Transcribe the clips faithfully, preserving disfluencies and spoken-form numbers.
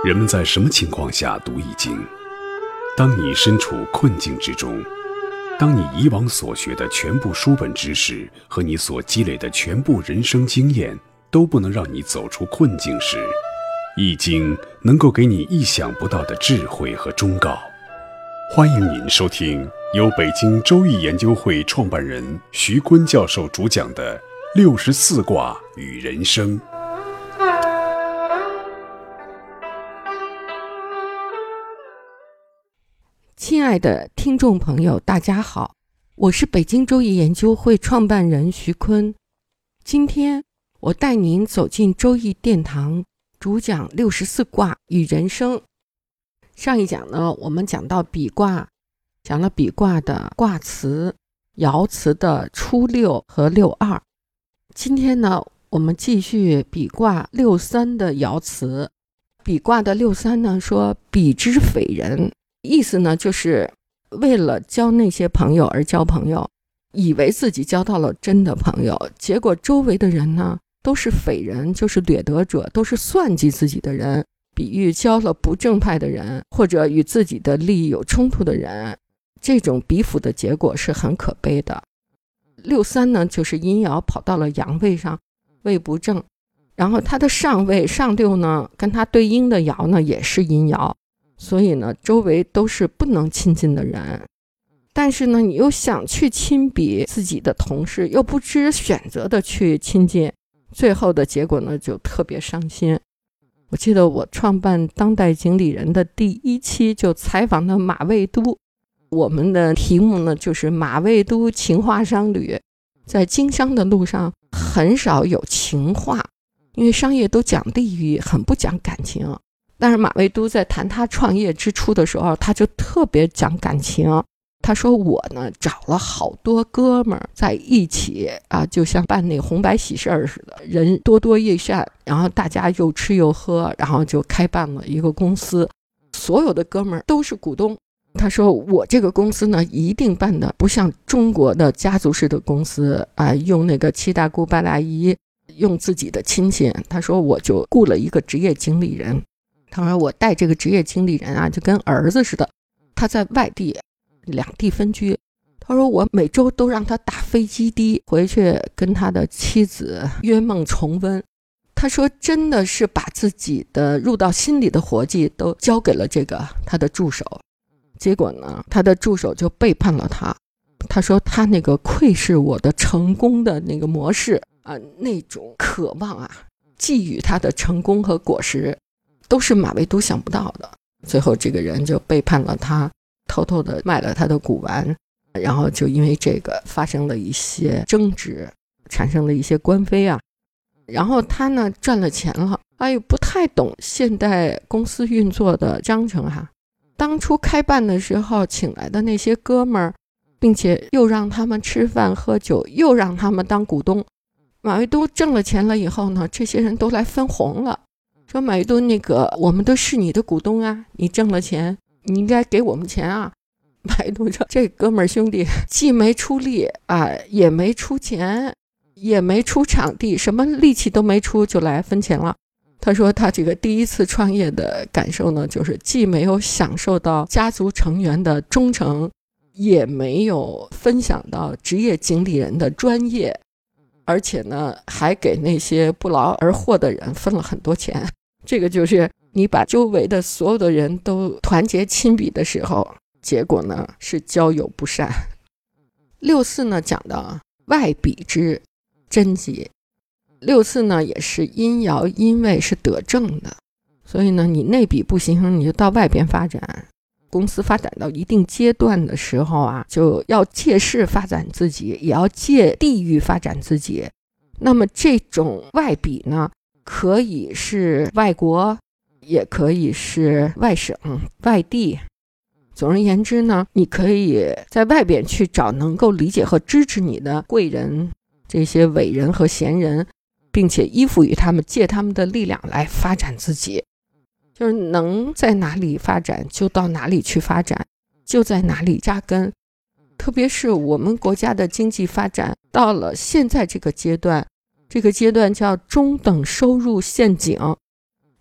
人们在什么情况下读易经？当你身处困境之中，当你以往所学的全部书本知识和你所积累的全部人生经验都不能让你走出困境时，易经能够给你意想不到的智慧和忠告。欢迎您收听由北京周易研究会创办人徐坤教授主讲的六十四卦与人生。 亲爱的听众朋友，大家好，我是北京周易研究会创办人徐坤。今天我带您走进周易殿堂，主讲六十四卦与人生。上一讲呢，我们讲到比卦，讲了比卦的卦辞、爻辞的初六和六二。今天呢，我们继续比卦六三的爻辞。比卦的六三呢，说比之匪人，意思呢就是为了交那些朋友而交朋友，以为自己交到了真的朋友，结果周围的人呢都是匪人，就是掠夺者，都是算计自己的人，比喻交了不正派的人，或者与自己的利益有冲突的人，这种比附的结果是很可悲的。六三呢就是阴爻跑到了阳位上，位不正，然后它的上位上六呢跟它对应的爻呢也是阴爻，所以呢周围都是不能亲近的人，但是呢你又想去亲比自己的同事，又不知选择的去亲近，最后的结果呢就特别伤心。我记得我创办当代经理人的第一期就采访的马未都，我们的题目呢就是马未都情话商旅。在经商的路上很少有情话，因为商业都讲利益，很不讲感情。但是马未都在谈他创业之初的时候，他就特别讲感情。他说我呢找了好多哥们儿在一起啊，就像办那红白喜事儿似的，人多多益善，然后大家又吃又喝，然后就开办了一个公司，所有的哥们儿都是股东。他说我这个公司呢一定办的不像中国的家族式的公司啊，用那个七大姑八大姨，用自己的亲戚。他说我就雇了一个职业经理人，他说我带这个职业经理人啊就跟儿子似的，他在外地两地分居，他说我每周都让他打飞机的回去跟他的妻子约梦重温。他说真的是把自己的入到心里的活计都交给了这个他的助手，结果呢他的助手就背叛了他。他说他那个窥视我的成功的那个模式啊，那种渴望啊，觊觎他的成功和果实，都是马未都想不到的。最后这个人就背叛了他，偷偷的卖了他的古玩，然后就因为这个发生了一些争执，产生了一些官非啊。然后他呢赚了钱了，哎呦不太懂现代公司运作的章程哈、啊。当初开办的时候请来的那些哥们儿，并且又让他们吃饭喝酒，又让他们当股东。马未都挣了钱了以后呢，这些人都来分红了，说马未都那个我们都是你的股东啊，你挣了钱你应该给我们钱啊。马未都说这哥们儿兄弟既没出力啊，也没出钱，也没出场地，什么力气都没出就来分钱了。他说他这个第一次创业的感受呢，就是既没有享受到家族成员的忠诚，也没有分享到职业经理人的专业，而且呢还给那些不劳而获的人分了很多钱。这个就是你把周围的所有的人都团结亲比的时候，结果呢是交友不善。六四呢讲到外比之贞吉，六四呢也是阴爻阴位是得正的，所以呢你内比不行，你就到外边发展。公司发展到一定阶段的时候啊，就要借势发展自己，也要借地域发展自己。那么这种外比呢，可以是外国，也可以是外省外地。总而言之呢，你可以在外边去找能够理解和支持你的贵人，这些伟人和贤人，并且依附于他们，借他们的力量来发展自己。就是能在哪里发展就到哪里去发展，就在哪里扎根。特别是我们国家的经济发展到了现在这个阶段，这个阶段叫中等收入陷阱，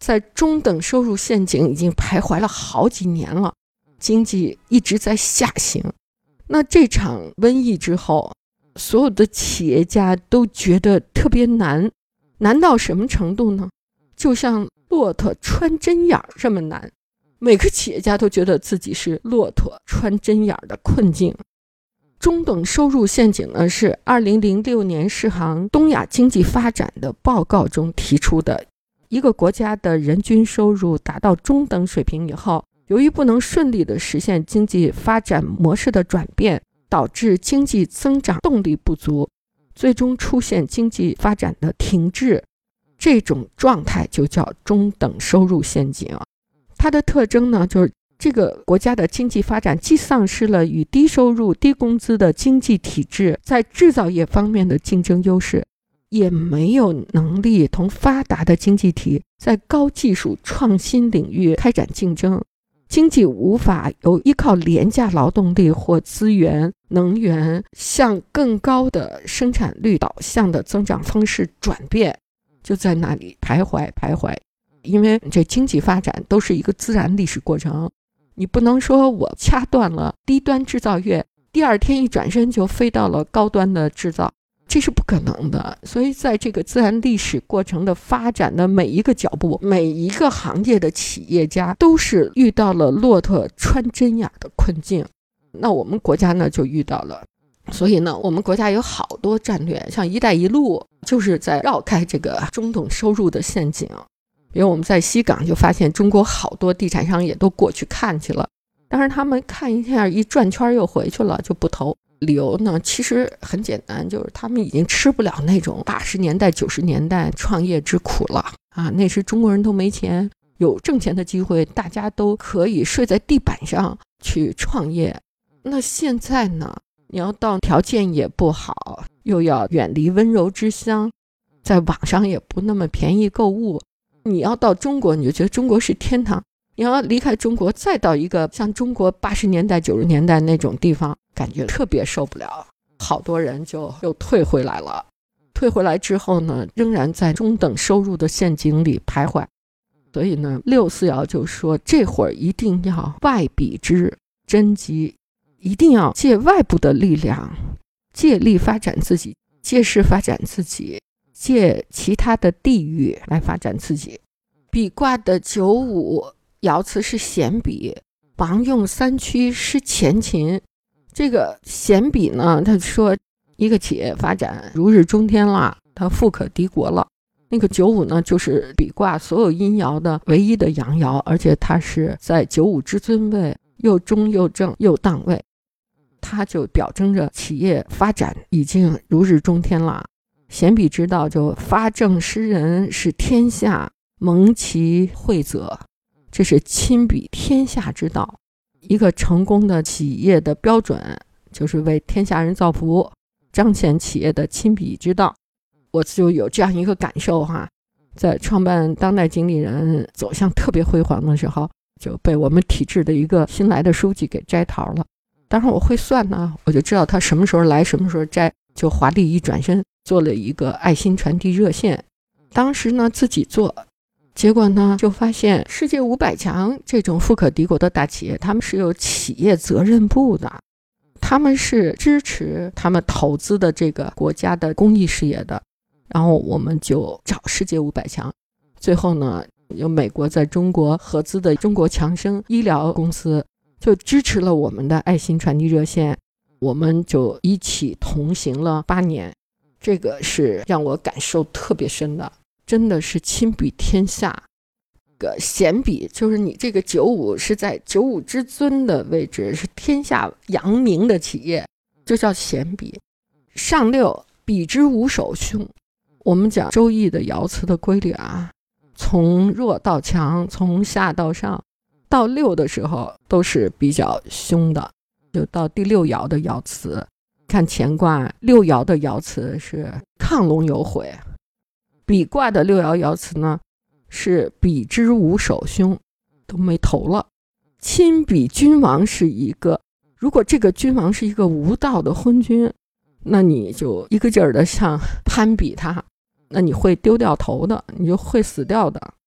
在中等收入陷阱已经徘徊了好几年了，经济一直在下行。那这场瘟疫之后，所有的企业家都觉得特别难，难到什么程度呢？就像骆驼穿针眼这么难，每个企业家都觉得自己是骆驼穿针眼的困境。中等收入陷阱呢，是二零零六年世行东亚经济发展的报告中提出的。一个国家的人均收入达到中等水平以后，由于不能顺利地实现经济发展模式的转变，导致经济增长动力不足，最终出现经济发展的停滞。这种状态就叫中等收入陷阱。它的特征呢，就是这个国家的经济发展既丧失了与低收入低工资的经济体制在制造业方面的竞争优势，也没有能力同发达的经济体在高技术创新领域开展竞争，经济无法由依靠廉价劳动力或资源、能源向更高的生产率导向的增长方式转变，就在那里徘徊徘徊。因为这经济发展都是一个自然历史过程，你不能说我掐断了低端制造业，第二天一转身就飞到了高端的制造，这是不可能的。所以在这个自然历史过程的发展的每一个脚步，每一个行业的企业家都是遇到了骆驼穿针眼的困境。那我们国家呢就遇到了，所以呢我们国家有好多战略，像一带一路就是在绕开这个中等收入的陷阱。比如我们在西港就发现中国好多地产商也都过去看去了，但是他们看一下一转圈又回去了，就不投。理由呢其实很简单，就是他们已经吃不了那种八十年代九十年代创业之苦了啊！那时中国人都没钱，有挣钱的机会，大家都可以睡在地板上去创业。那现在呢，你要到条件也不好，又要远离温柔之乡，在网上也不那么便宜购物，你要到中国你就觉得中国是天堂，你要离开中国再到一个像中国八十年代九十年代那种地方，感觉特别受不了，好多人就又退回来了。退回来之后呢，仍然在中等收入的陷阱里徘徊。所以呢，六四爻就说这会儿一定要外比之真机，一定要借外部的力量，借力发展自己，借势发展自己，借其他的地域来发展自己。比卦的九五爻辞是咸比，王用三区失前秦。这个咸比呢，他说一个企业发展如日中天了，他富可敌国了。那个九五呢，就是比卦所有阴爻的唯一的阳爻，而且它是在九五之尊位，又中又正又当位，它就表征着企业发展已经如日中天了。咸比之道就发正施人，使天下蒙其惠泽，这是亲比天下之道。一个成功的企业的标准就是为天下人造福，彰显企业的亲比之道。我就有这样一个感受哈，在创办当代经理人走向特别辉煌的时候，就被我们体制的一个新来的书记给摘桃了。当然我会算呢，我就知道他什么时候来什么时候摘，就华丽一转身做了一个爱心传递热线。当时呢自己做，结果呢就发现世界五百强这种富可敌国的大企业，他们是有企业责任部的，他们是支持他们投资的这个国家的公益事业的。然后我们就找世界五百强，最后呢有美国在中国合资的中国强生医疗公司就支持了我们的爱心传递热线，我们就一起同行了八年。这个是让我感受特别深的，真的是亲比天下。个咸比就是你这个九五是在九五之尊的位置，是天下扬名的企业，就叫咸比。上六比之无首凶。我们讲周易的爻辞的规律啊，从弱到强，从下到上，到六的时候都是比较凶的。就到第六爻的爻辞，看乾卦六爻的爻辞是亢龙有悔，比卦的六爻爻辞呢是比之无首凶，都没头了。亲比君王是一个，如果这个君王是一个无道的昏君，那你就一个劲儿的向攀比他，那你会丢掉头的，你就会死掉的。比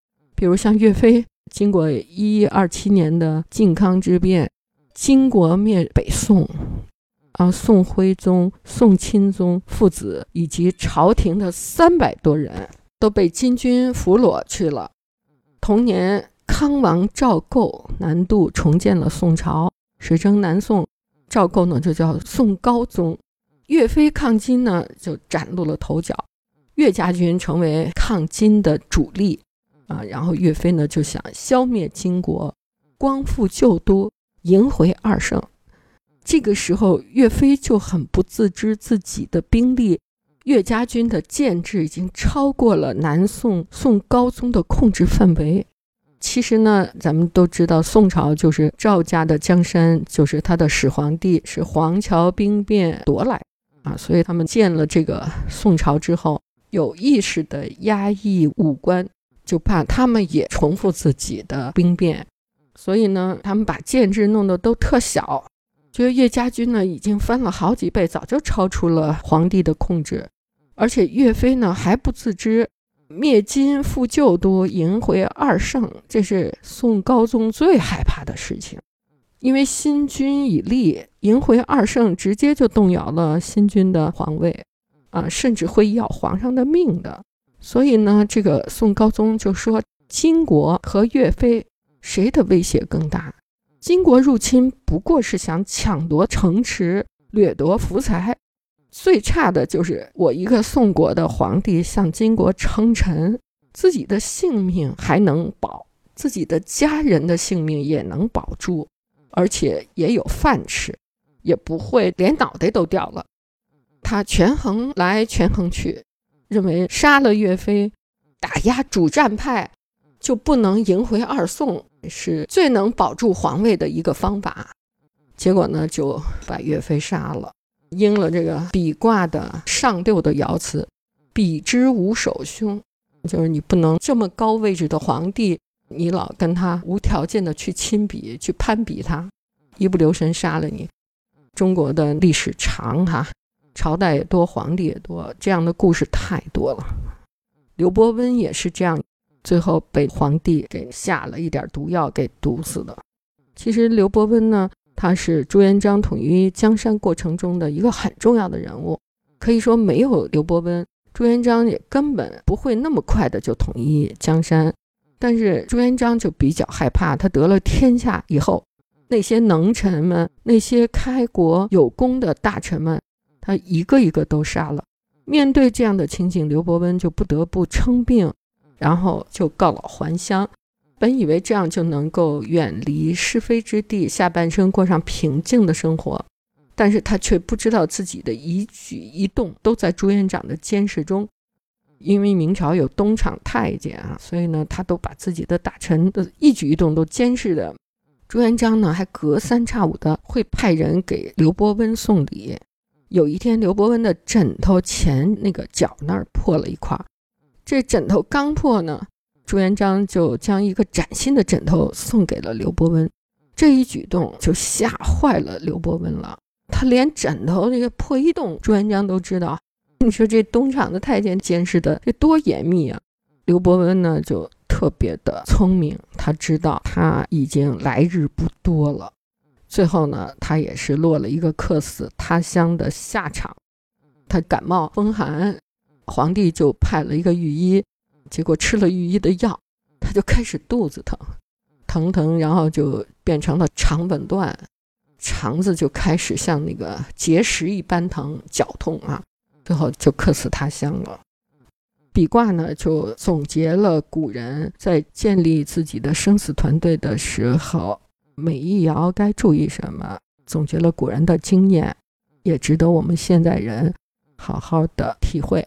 比如像岳飞，经过一一二七年的靖康之变，金国灭北宋啊，宋徽宗、宋钦宗父子以及朝廷的三百多人都被金军俘虏去了。同年，康王赵构南渡重建了宋朝，史称南宋。赵构呢就叫宋高宗。岳飞抗金呢就崭露了头角，岳家军成为抗金的主力啊。然后岳飞呢就想消灭金国，光复旧都，迎回二圣。这个时候岳飞就很不自知自己的兵力，岳家军的建制已经超过了南宋宋高宗的控制范围。其实呢，咱们都知道宋朝就是赵家的江山，就是他的始皇帝是黄桥兵变夺来啊，所以他们建了这个宋朝之后，有意识的压抑武官，就怕他们也重复自己的兵变，所以呢，他们把建制弄得都特小。觉得岳家军呢已经翻了好几倍，早就超出了皇帝的控制，而且岳飞呢还不自知。灭金复旧都，迎回二圣，这是宋高宗最害怕的事情。因为新君已立，迎回二圣直接就动摇了新君的皇位啊，甚至会要皇上的命的。所以呢，这个宋高宗就说，金国和岳飞谁的威胁更大？金国入侵不过是想抢夺城池，掠夺福财，最差的就是我一个宋国的皇帝向金国称臣，自己的性命还能保，自己的家人的性命也能保住，而且也有饭吃，也不会连脑袋都掉了。他权衡来权衡去，认为杀了岳飞，打压主战派，就不能迎回二宋，是最能保住皇位的一个方法。结果呢，就把岳飞杀了，应了这个比卦的上六的爻辞，比之无首凶，就是你不能这么高位置的皇帝，你老跟他无条件的去亲比，去攀比他，一不留神杀了你。中国的历史长哈，朝代也多，皇帝也多，这样的故事太多了。刘伯温也是这样，最后被皇帝给下了一点毒药给毒死的。其实刘伯温呢，他是朱元璋统一江山过程中的一个很重要的人物，可以说没有刘伯温，朱元璋也根本不会那么快的就统一江山。但是朱元璋就比较害怕，他得了天下以后，那些能臣们，那些开国有功的大臣们，他一个一个都杀了。面对这样的情景，刘伯温就不得不称病，然后就告老还乡。本以为这样就能够远离是非之地，下半生过上平静的生活，但是他却不知道自己的一举一动都在朱元璋的监视中。因为明朝有东厂太监啊，所以呢，他都把自己的大臣的一举一动都监视的。朱元璋呢，还隔三差五的会派人给刘伯温送礼。有一天，刘伯温的枕头前那个角那儿破了一块，这枕头刚破呢，朱元璋就将一个崭新的枕头送给了刘伯温。这一举动就吓坏了刘伯温了，他连枕头这个破一洞朱元璋都知道。你说这东厂的太监监视的这多严密啊！刘伯温呢就特别的聪明，他知道他已经来日不多了。最后呢，他也是落了一个客死他乡的下场。他感冒风寒，皇帝就派了一个御医，结果吃了御医的药，他就开始肚子疼，疼疼，然后就变成了肠紊乱，肠子就开始像那个结石一般疼，绞痛啊，最后就客死他乡了。比卦呢，就总结了古人在建立自己的生死团队的时候，每一爻该注意什么，总结了古人的经验，也值得我们现代人好好的体会。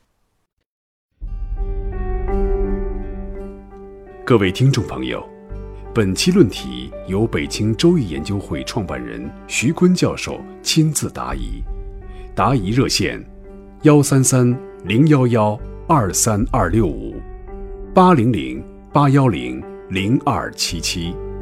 各位听众朋友，本期论题由北京周易研究会创办人徐坤教授亲自答疑，答疑热线幺三三零幺幺二三二六五八零零八幺零零二七七。